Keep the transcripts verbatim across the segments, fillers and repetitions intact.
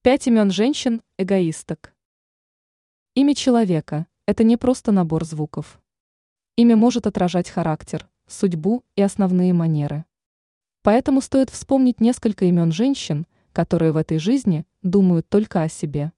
Пять имен женщин-эгоисток. Имя человека – это не просто набор звуков. Имя может отражать характер, судьбу и основные манеры. Поэтому стоит вспомнить несколько имен женщин, которые в этой жизни думают только о себе.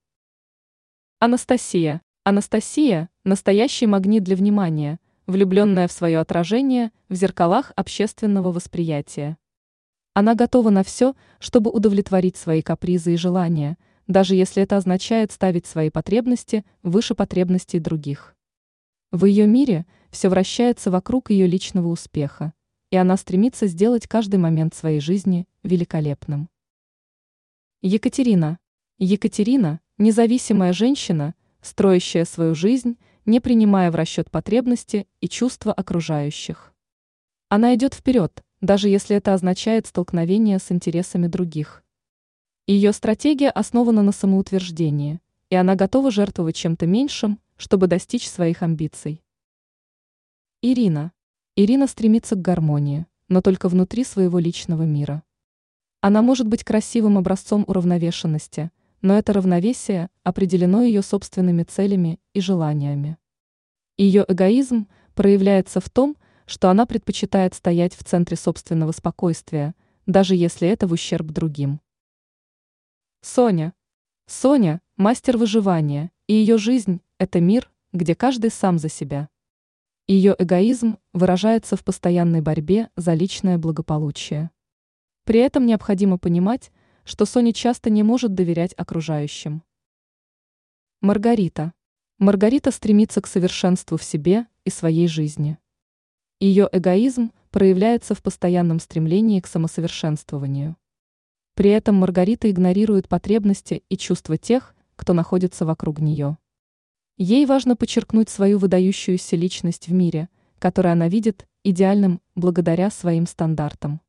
Анастасия. Анастасия – настоящий магнит для внимания, влюбленная в свое отражение в зеркалах общественного восприятия. Она готова на все, чтобы удовлетворить свои капризы и желания, даже если это означает ставить свои потребности выше потребностей других. В ее мире все вращается вокруг ее личного успеха, и она стремится сделать каждый момент своей жизни великолепным. Екатерина. Екатерина – независимая женщина, строящая свою жизнь, не принимая в расчет потребности и чувства окружающих. Она идет вперед, даже если это означает столкновение с интересами других. Ее стратегия основана на самоутверждении, и она готова жертвовать чем-то меньшим, чтобы достичь своих амбиций. Ирина. Ирина стремится к гармонии, но только внутри своего личного мира. Она может быть красивым образцом уравновешенности, но это равновесие определено ее собственными целями и желаниями. Ее эгоизм проявляется в том, что она предпочитает стоять в центре собственного спокойствия, даже если это в ущерб другим. Соня. Соня – мастер выживания, и ее жизнь – это мир, где каждый сам за себя. Ее эгоизм выражается в постоянной борьбе за личное благополучие. При этом необходимо понимать, что Соня часто не может доверять окружающим. Маргарита. Маргарита стремится к совершенству в себе и своей жизни. Ее эгоизм проявляется в постоянном стремлении к самосовершенствованию. При этом Маргарита игнорирует потребности и чувства тех, кто находится вокруг нее. Ей важно подчеркнуть свою выдающуюся личность в мире, который она видит идеальным благодаря своим стандартам.